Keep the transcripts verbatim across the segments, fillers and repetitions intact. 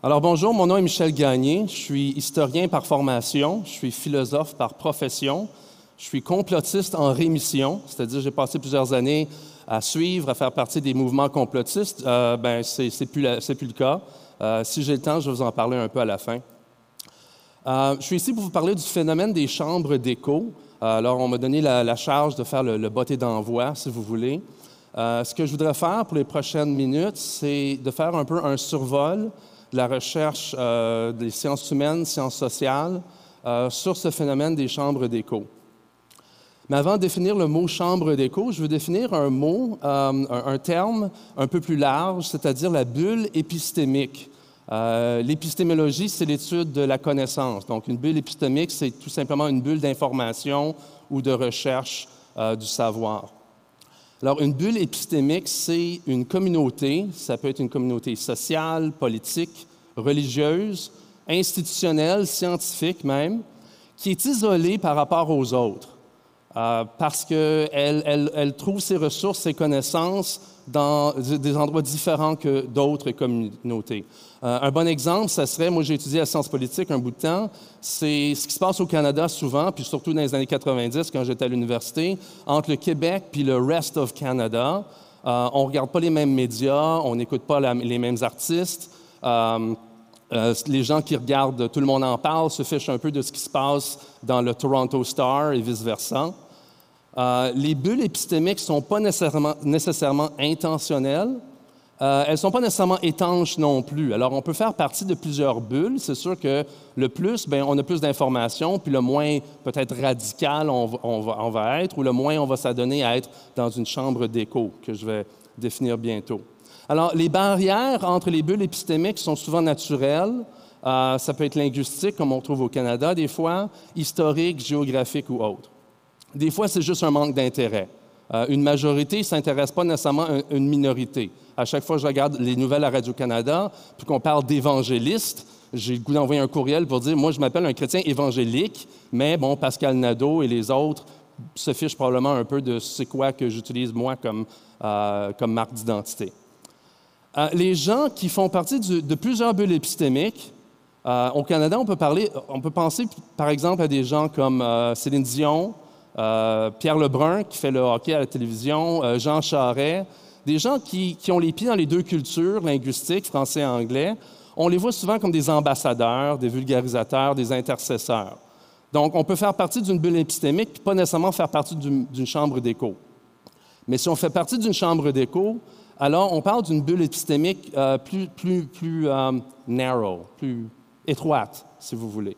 Alors bonjour, mon nom est Michel Gagné, je suis historien par formation, je suis philosophe par profession, je suis complotiste en rémission, c'est-à-dire j'ai passé plusieurs années à suivre, à faire partie des mouvements complotistes. Euh, ben c'est, c'est plus la, c'est plus le cas. Euh, si j'ai le temps, je vais vous en parler un peu à la fin. Euh, je suis ici pour vous parler du phénomène des chambres d'écho. Euh, alors on m'a donné la, la charge de faire le, le botté d'envoi, si vous voulez. Euh, ce que je voudrais faire pour les prochaines minutes, c'est de faire un peu un survol de la recherche euh, des sciences humaines, sciences sociales, euh, sur ce phénomène des chambres d'écho. Mais avant de définir le mot « chambre d'écho », je veux définir un mot, euh, un, un terme un peu plus large, c'est-à-dire la bulle épistémique. Euh, l'épistémologie, c'est l'étude de la connaissance. Donc, une bulle épistémique, c'est tout simplement une bulle d'information ou de recherche euh, du savoir. Alors, une bulle épistémique, c'est une communauté, ça peut être une communauté sociale, politique, religieuse, institutionnelle, scientifique même, qui est isolée par rapport aux autres, euh, parce qu'elle elle, elle trouve ses ressources, ses connaissances dans des endroits différents que d'autres communautés. Euh, un bon exemple, ça serait, moi j'ai étudié la science politique un bout de temps, c'est ce qui se passe au Canada souvent, puis surtout dans les années quatre-vingt-dix quand j'étais à l'université, entre le Québec puis le rest of Canada. Euh, on ne regarde pas les mêmes médias, on n'écoute pas la, les mêmes artistes. Euh, euh, les gens qui regardent Tout le monde en parle se fichent un peu de ce qui se passe dans le Toronto Star et vice-versa. Euh, les bulles épistémiques ne sont pas nécessairement, nécessairement intentionnelles. Euh, elles ne sont pas nécessairement étanches non plus. Alors, on peut faire partie de plusieurs bulles. C'est sûr que le plus, bien, on a plus d'informations, puis le moins peut-être radical on va, on, va, on va être, ou le moins on va s'adonner à être dans une chambre d'écho, que je vais définir bientôt. Alors, les barrières entre les bulles épistémiques sont souvent naturelles. Euh, ça peut être linguistique, comme on trouve au Canada des fois, historique, géographique ou autre. Des fois, c'est juste un manque d'intérêt. Euh, une majorité ne s'intéresse pas nécessairement à une minorité. À chaque fois que je regarde les nouvelles à Radio-Canada, puis qu'on parle d'évangélistes, j'ai le goût d'envoyer un courriel pour dire « Moi, je m'appelle un chrétien évangélique, mais bon, Pascal Nadeau et les autres se fichent probablement un peu de c'est quoi que j'utilise moi comme, euh, comme marque d'identité. Euh, » Les gens qui font partie du, de plusieurs bulles épistémiques, euh, au Canada, on peut, parler, on peut penser par exemple à des gens comme euh, Céline Dion, Euh, Pierre Lebrun, qui fait le hockey à la télévision, euh, Jean Charest, des gens qui, qui ont les pieds dans les deux cultures, linguistiques, français et anglais. On les voit souvent comme des ambassadeurs, des vulgarisateurs, des intercesseurs. Donc, on peut faire partie d'une bulle épistémique, puis pas nécessairement faire partie d'une, d'une chambre d'écho. Mais si on fait partie d'une chambre d'écho, alors on parle d'une bulle épistémique euh, plus, plus, plus euh, narrow, plus étroite, si vous voulez.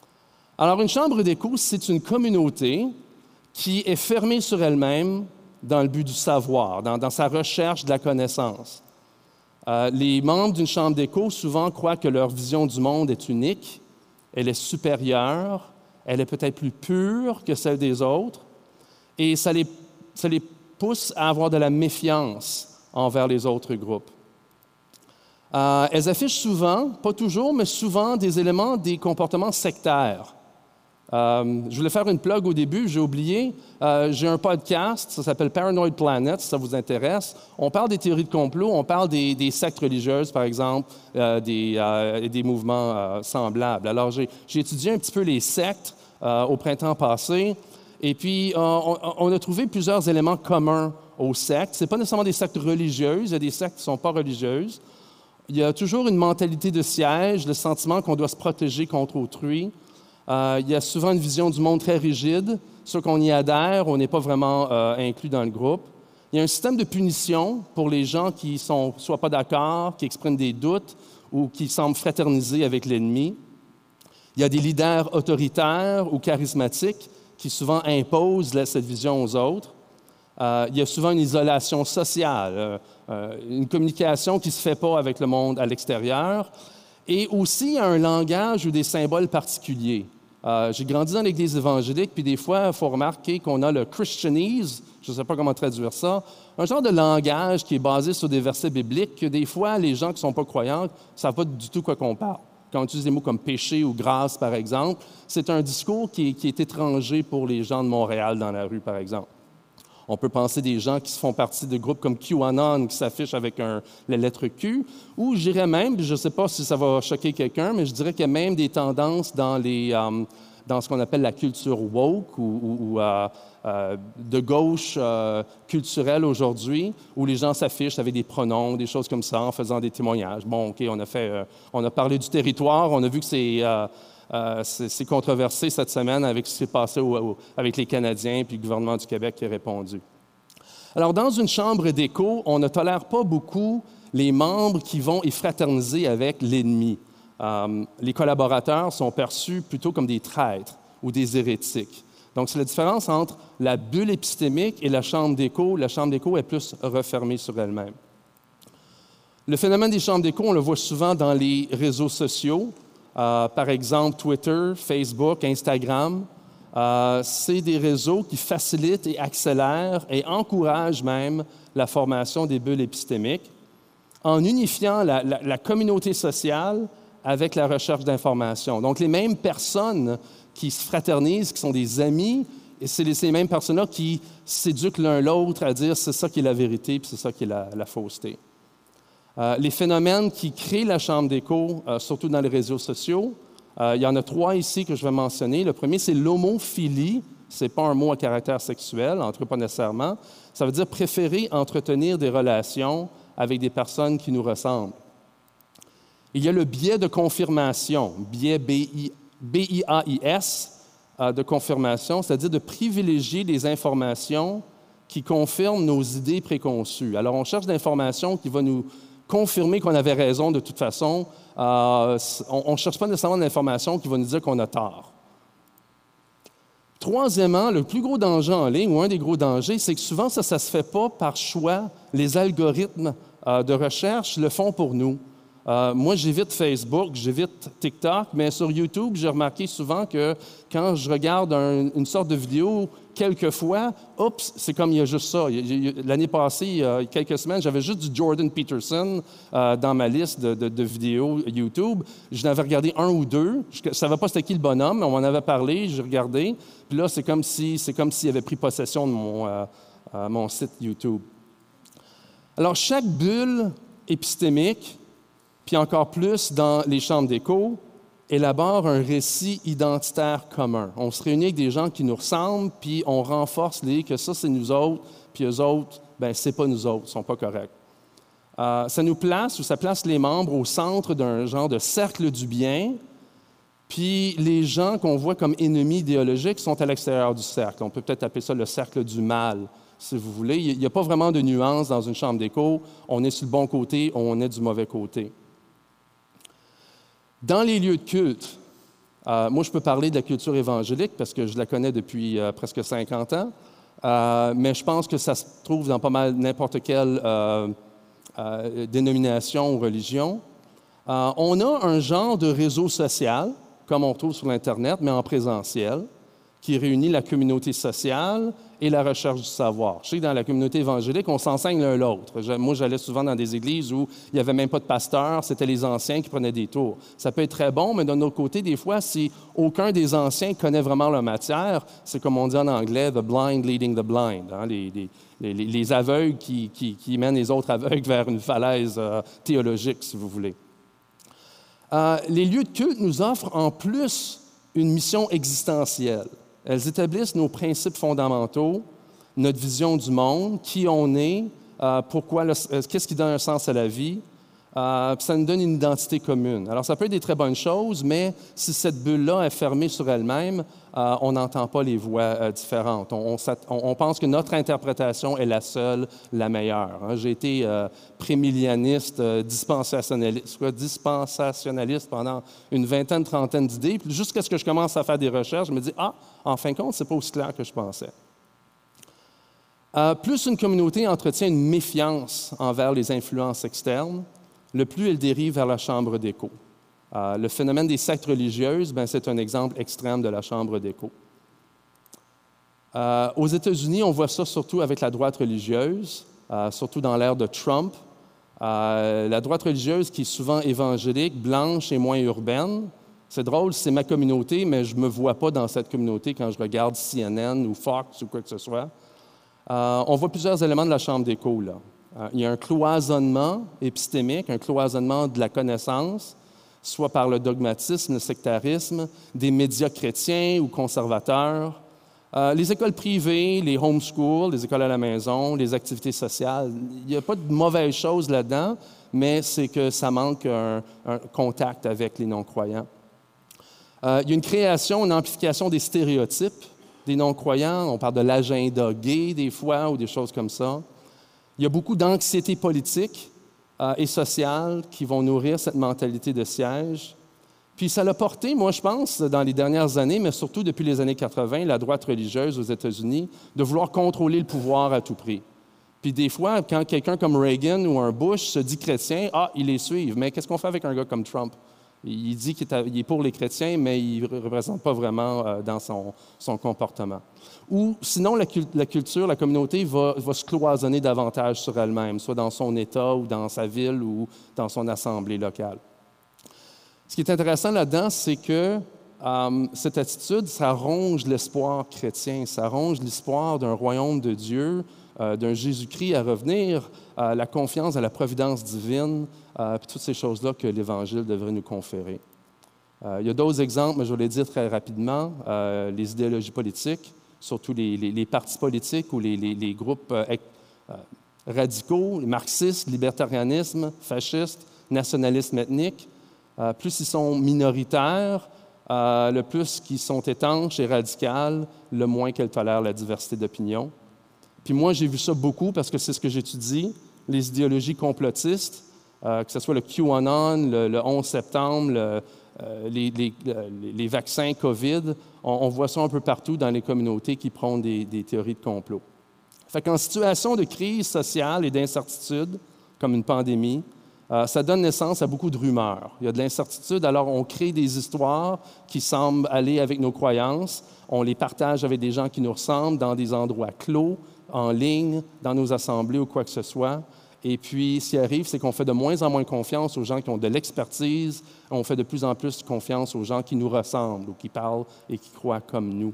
Alors, une chambre d'écho, c'est une communauté qui est fermée sur elle-même dans le but du savoir, dans, dans sa recherche de la connaissance. Euh, les membres d'une chambre d'écho souvent croient que leur vision du monde est unique, elle est supérieure, elle est peut-être plus pure que celle des autres, et ça les, ça les pousse à avoir de la méfiance envers les autres groupes. Euh, elles affichent souvent, pas toujours, mais souvent des éléments des comportements sectaires. Euh, je voulais faire une plug au début, j'ai oublié. Euh, j'ai un podcast, ça s'appelle Paranoid Planet, si ça vous intéresse. On parle des théories de complot, on parle des, des sectes religieuses, par exemple, euh, des, euh, des mouvements euh, semblables. Alors, j'ai, j'ai étudié un petit peu les sectes euh, au printemps passé, et puis euh, on, on a trouvé plusieurs éléments communs aux sectes. Ce n'est pas nécessairement des sectes religieuses, il y a des sectes qui ne sont pas religieuses. Il y a toujours une mentalité de siège, le sentiment qu'on doit se protéger contre autrui. Euh, il y a souvent une vision du monde très rigide. Ceux qu'on y adhère, on n'est pas vraiment euh, inclus dans le groupe. Il y a un système de punition pour les gens qui ne sont soit pas d'accord, qui expriment des doutes ou qui semblent fraterniser avec l'ennemi. Il y a des leaders autoritaires ou charismatiques qui souvent imposent là, cette vision aux autres. Euh, il y a souvent une isolation sociale, euh, euh, une communication qui ne se fait pas avec le monde à l'extérieur. Et aussi, il y a un langage ou des symboles particuliers. Euh, j'ai grandi dans l'Église évangélique, puis des fois, il faut remarquer qu'on a le Christianese, je ne sais pas comment traduire ça, un genre de langage qui est basé sur des versets bibliques que des fois, les gens qui ne sont pas croyants ne savent pas du tout quoi qu'on parle. Quand on utilise des mots comme péché ou grâce, par exemple, c'est un discours qui est, qui est étranger pour les gens de Montréal dans la rue, par exemple. On peut penser des gens qui font partie de groupes comme QAnon, qui s'affichent avec un, la lettre Q, ou je dirais même, je ne sais pas si ça va choquer quelqu'un, mais je dirais qu'il y a même des tendances dans, les, euh, dans ce qu'on appelle la culture woke, ou, ou, ou euh, euh, de gauche euh, culturelle aujourd'hui, où les gens s'affichent avec des pronoms, des choses comme ça, en faisant des témoignages. Bon, OK, on a, fait, euh, on a parlé du territoire, on a vu que c'est... Euh, Euh, c'est controversé cette semaine avec ce qui s'est passé au, au, avec les Canadiens puis le gouvernement du Québec qui a répondu. Alors, dans une chambre d'écho, on ne tolère pas beaucoup les membres qui vont y fraterniser avec l'ennemi. Euh, les collaborateurs sont perçus plutôt comme des traîtres ou des hérétiques. Donc, c'est la différence entre la bulle épistémique et la chambre d'écho. La chambre d'écho est plus refermée sur elle-même. Le phénomène des chambres d'écho, on le voit souvent dans les réseaux sociaux. Euh, par exemple, Twitter, Facebook, Instagram, euh, c'est des réseaux qui facilitent et accélèrent et encouragent même la formation des bulles épistémiques en unifiant la, la, la communauté sociale avec la recherche d'informations. Donc, les mêmes personnes qui se fraternisent, qui sont des amis, et c'est les, ces mêmes personnes-là qui s'éduquent l'un l'autre à dire c'est ça qui est la vérité puis c'est ça qui est la, la fausseté. Euh, les phénomènes qui créent la chambre d'écho, euh, surtout dans les réseaux sociaux, euh, il y en a trois ici que je vais mentionner. Le premier, c'est l'homophilie. Ce n'est pas un mot à caractère sexuel, en tout cas pas nécessairement. Ça veut dire préférer entretenir des relations avec des personnes qui nous ressemblent. Il y a le biais de confirmation, biais B I A I S euh, de confirmation, c'est-à-dire de privilégier les informations qui confirment nos idées préconçues. Alors, on cherche l'information qui va nous confirmer qu'on avait raison de toute façon. Euh, on ne cherche pas nécessairement l'information qui va nous dire qu'on a tort. Troisièmement, le plus gros danger en ligne, ou un des gros dangers, c'est que souvent, ça ne se fait pas par choix. Les algorithmes euh, de recherche le font pour nous. Euh, moi, j'évite Facebook, j'évite TikTok, mais sur YouTube, j'ai remarqué souvent que quand je regarde un, une sorte de vidéo quelquefois, oups, c'est comme il y a juste ça. L'année passée, il y a quelques semaines, j'avais juste du Jordan Peterson euh, dans ma liste de, de, de vidéos YouTube. Je n'avais regardé un ou deux. Je ne savais pas c'était qui le bonhomme, mais on m'en avait parlé, j'ai regardé. Puis là, c'est comme si, c'est comme s'il avait pris possession de mon, euh, euh, mon site YouTube. Alors, chaque bulle épistémique, puis encore plus dans les chambres d'écho, élabore un récit identitaire commun. On se réunit avec des gens qui nous ressemblent, puis on renforce l'idée que ça, c'est nous autres, puis eux autres, bien, c'est pas nous autres, ils sont pas corrects. Euh, ça nous place, ou ça place les membres au centre d'un genre de cercle du bien, puis les gens qu'on voit comme ennemis idéologiques sont à l'extérieur du cercle. On peut peut-être appeler ça le cercle du mal, si vous voulez. Il n'y a pas vraiment de nuance dans une chambre d'écho. On est sur le bon côté, on est du mauvais côté. Dans les lieux de culte, euh, moi, je peux parler de la culture évangélique parce que je la connais depuis euh, presque cinquante ans, euh, mais je pense que ça se trouve dans pas mal n'importe quelle euh, euh, dénomination ou religion. Euh, on a un genre de réseau social, comme on trouve sur l'Internet, mais en présentiel, qui réunit la communauté sociale et la recherche du savoir. Je sais que dans la communauté évangélique, on s'enseigne l'un l'autre. Moi, j'allais souvent dans des églises où il n'y avait même pas de pasteur, c'était les anciens qui prenaient des tours. Ça peut être très bon, mais d'un autre côté, des fois, si aucun des anciens connaît vraiment leur matière, c'est comme on dit en anglais, « the blind leading the blind hein, », les, les, les, les aveugles qui, qui, qui mènent les autres aveugles vers une falaise euh, théologique, si vous voulez. Euh, les lieux de culte nous offrent en plus une mission existentielle. Elles établissent nos principes fondamentaux, notre vision du monde, qui on est, euh, pourquoi, le, euh, qu'est-ce qui donne un sens à la vie. Euh, puis ça nous donne une identité commune. Alors, ça peut être des très bonnes choses, mais si cette bulle-là est fermée sur elle-même, euh, on n'entend pas les voix euh, différentes. On, on, on pense que notre interprétation est la seule, la meilleure. Hein. J'ai été euh, prémilléniste, euh, dispensationaliste, quoi, dispensationaliste pendant une vingtaine, trentaine d'idées. Puis jusqu'à ce que je commence à faire des recherches, je me dis « Ah, en fin de compte, c'est pas aussi clair que je pensais. » Euh, plus une communauté entretient une méfiance envers les influences externes, le plus elle dérive vers la chambre d'écho. Euh, le phénomène des sectes religieuses, ben, c'est un exemple extrême de la chambre d'écho. Euh, aux États-Unis, on voit ça surtout avec la droite religieuse, euh, surtout dans l'ère de Trump. Euh, la droite religieuse qui est souvent évangélique, blanche et moins urbaine. C'est drôle, c'est ma communauté, mais je ne me vois pas dans cette communauté quand je regarde C N N ou Fox ou quoi que ce soit. Euh, on voit plusieurs éléments de la chambre d'écho, là. Euh, il y a un cloisonnement épistémique, un cloisonnement de la connaissance, soit par le dogmatisme, le sectarisme, des médias chrétiens ou conservateurs, euh, les écoles privées, les homeschools, les écoles à la maison, les activités sociales. Il n'y a pas de mauvaise chose là-dedans, mais c'est que ça manque un, un contact avec les non-croyants. Euh, il y a une création, une amplification des stéréotypes des non-croyants. On parle de l'agenda gay des fois ou des choses comme ça. Il y a beaucoup d'anxiété politique euh, et sociale qui vont nourrir cette mentalité de siège. Puis ça l'a porté, moi je pense, dans les dernières années, mais surtout depuis les années quatre-vingt, la droite religieuse aux États-Unis, de vouloir contrôler le pouvoir à tout prix. Puis des fois, quand quelqu'un comme Reagan ou un Bush se dit chrétien, ah, ils les suivent. Mais qu'est-ce qu'on fait avec un gars comme Trump? Il dit qu'il est pour les chrétiens, mais il ne représente pas vraiment euh, dans son, son comportement. Ou sinon, la, la culture, la communauté va, va se cloisonner davantage sur elle-même, soit dans son État ou dans sa ville ou dans son assemblée locale. Ce qui est intéressant là-dedans, c'est que euh, cette attitude, ça ronge l'espoir chrétien, ça ronge l'espoir d'un royaume de Dieu, euh, d'un Jésus-Christ à revenir, euh, la confiance à la providence divine, euh, puis toutes ces choses-là que l'Évangile devrait nous conférer. Euh, il y a d'autres exemples, mais je vais les dire très rapidement. Euh, les idéologies politiques, surtout les, les, les partis politiques ou les, les, les groupes euh, euh, radicaux, les marxistes, libertarianisme, fascistes, nationalisme ethnique. Euh, plus ils sont minoritaires, euh, le plus qu'ils sont étanches et radicales, le moins qu'elles tolèrent la diversité d'opinions. Puis moi, j'ai vu ça beaucoup parce que c'est ce que j'étudie, les idéologies complotistes, euh, que ce soit le QAnon, le, le onze septembre, le, euh, les, les, les vaccins COVID, on, on voit ça un peu partout dans les communautés qui prônent des, des théories de complot. Fait qu'en situation de crise sociale et d'incertitude, comme une pandémie, Euh, ça donne naissance à beaucoup de rumeurs. Il y a de l'incertitude, alors on crée des histoires qui semblent aller avec nos croyances. On les partage avec des gens qui nous ressemblent dans des endroits clos, en ligne, dans nos assemblées ou quoi que ce soit. Et puis, ce qui arrive, c'est qu'on fait de moins en moins confiance aux gens qui ont de l'expertise. On fait de plus en plus confiance aux gens qui nous ressemblent ou qui parlent et qui croient comme nous.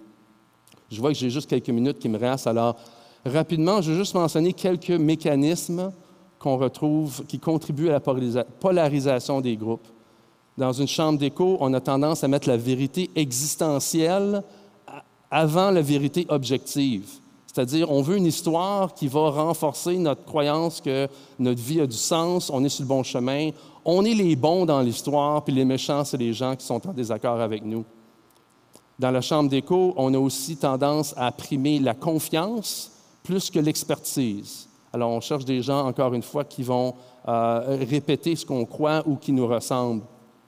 Je vois que j'ai juste quelques minutes qui me restent. Alors, rapidement, je vais juste mentionner quelques mécanismes qu'on retrouve, qui contribuent à la polarisation des groupes. Dans une chambre d'écho, on a tendance à mettre la vérité existentielle avant la vérité objective. C'est-à-dire, on veut une histoire qui va renforcer notre croyance que notre vie a du sens, on est sur le bon chemin, on est les bons dans l'histoire, puis les méchants, c'est les gens qui sont en désaccord avec nous. Dans la chambre d'écho, on a aussi tendance à primer la confiance plus que l'expertise. Alors, on cherche des gens, encore une fois, qui vont euh, répéter ce qu'on croit ou qui nous ressemblent.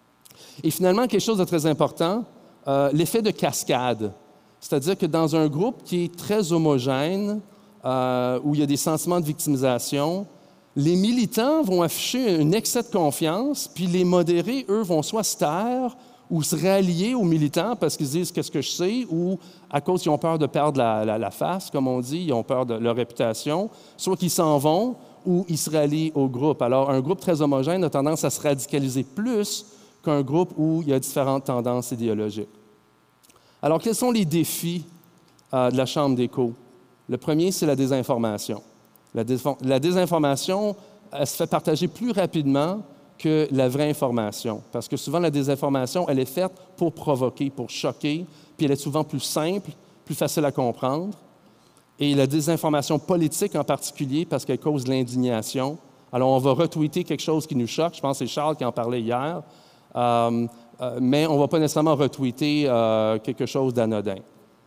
Et finalement, quelque chose de très important, euh, l'effet de cascade. C'est-à-dire que dans un groupe qui est très homogène, euh, où il y a des sentiments de victimisation, les militants vont afficher un excès de confiance, puis les modérés, eux, vont soit se taire ou se rallier aux militants parce qu'ils disent « qu'est-ce que je sais » ou à cause qu'ils ont peur de perdre la, la, la face, comme on dit, ils ont peur de leur réputation, soit qu'ils s'en vont ou ils se rallient au groupe. Alors, un groupe très homogène a tendance à se radicaliser plus qu'un groupe où il y a différentes tendances idéologiques. Alors, quels sont les défis euh, de la chambre d'écho? Le premier, c'est la désinformation. La, désin- la désinformation, elle se fait partager plus rapidement que la vraie information. Parce que souvent, la désinformation, elle est faite pour provoquer, pour choquer, puis elle est souvent plus simple, plus facile à comprendre. Et la désinformation politique en particulier, parce qu'elle cause de l'indignation. Alors, on va retweeter quelque chose qui nous choque. Je pense que c'est Charles qui en parlait hier. Euh, euh, mais on ne va pas nécessairement retweeter euh, quelque chose d'anodin.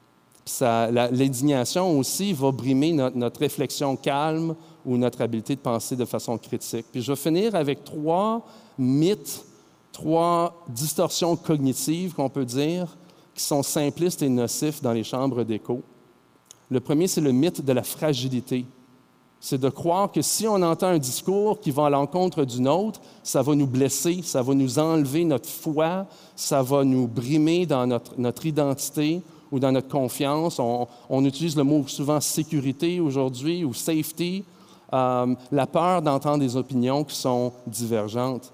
Ça, la, l'indignation aussi va brimer notre, notre réflexion calme ou notre habileté de penser de façon critique. Puis je vais finir avec trois mythes, trois distorsions cognitives qu'on peut dire, qui sont simplistes et nocifs dans les chambres d'écho. Le premier, c'est le mythe de la fragilité. C'est de croire que si on entend un discours qui va à l'encontre d'une autre, ça va nous blesser, ça va nous enlever notre foi, ça va nous brimer dans notre, notre identité ou dans notre confiance. On, on utilise le mot souvent sécurité aujourd'hui ou safety, euh, la peur d'entendre des opinions qui sont divergentes.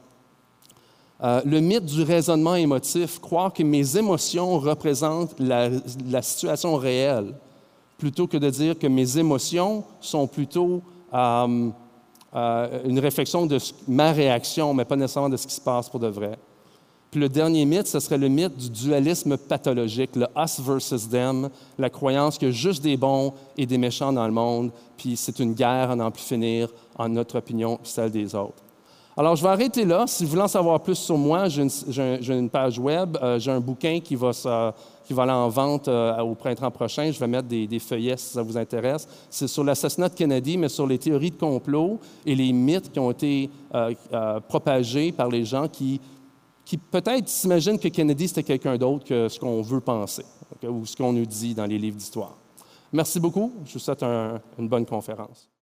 Euh, le mythe du raisonnement émotif, croire que mes émotions représentent la, la situation réelle, plutôt que de dire que mes émotions sont plutôt euh, euh, une réflexion de ce, ma réaction, mais pas nécessairement de ce qui se passe pour de vrai. Puis le dernier mythe, ce serait le mythe du dualisme pathologique, le us versus them, la croyance qu'il y a juste des bons et des méchants dans le monde, puis c'est une guerre à n'en plus finir en notre opinion et celle des autres. Alors, je vais arrêter là. Si vous voulez en savoir plus sur moi, j'ai une, j'ai j'ai une page web, euh, j'ai un bouquin qui va, se, qui va aller en vente euh, au printemps prochain. Je vais mettre des, des feuillets si ça vous intéresse. C'est sur l'assassinat de Kennedy, mais sur les théories de complot et les mythes qui ont été euh, euh, propagés par les gens qui, qui peut-être s'imaginent que Kennedy, c'était quelqu'un d'autre que ce qu'on veut penser, okay, ou ce qu'on nous dit dans les livres d'histoire. Merci beaucoup. Je vous souhaite un, une bonne conférence.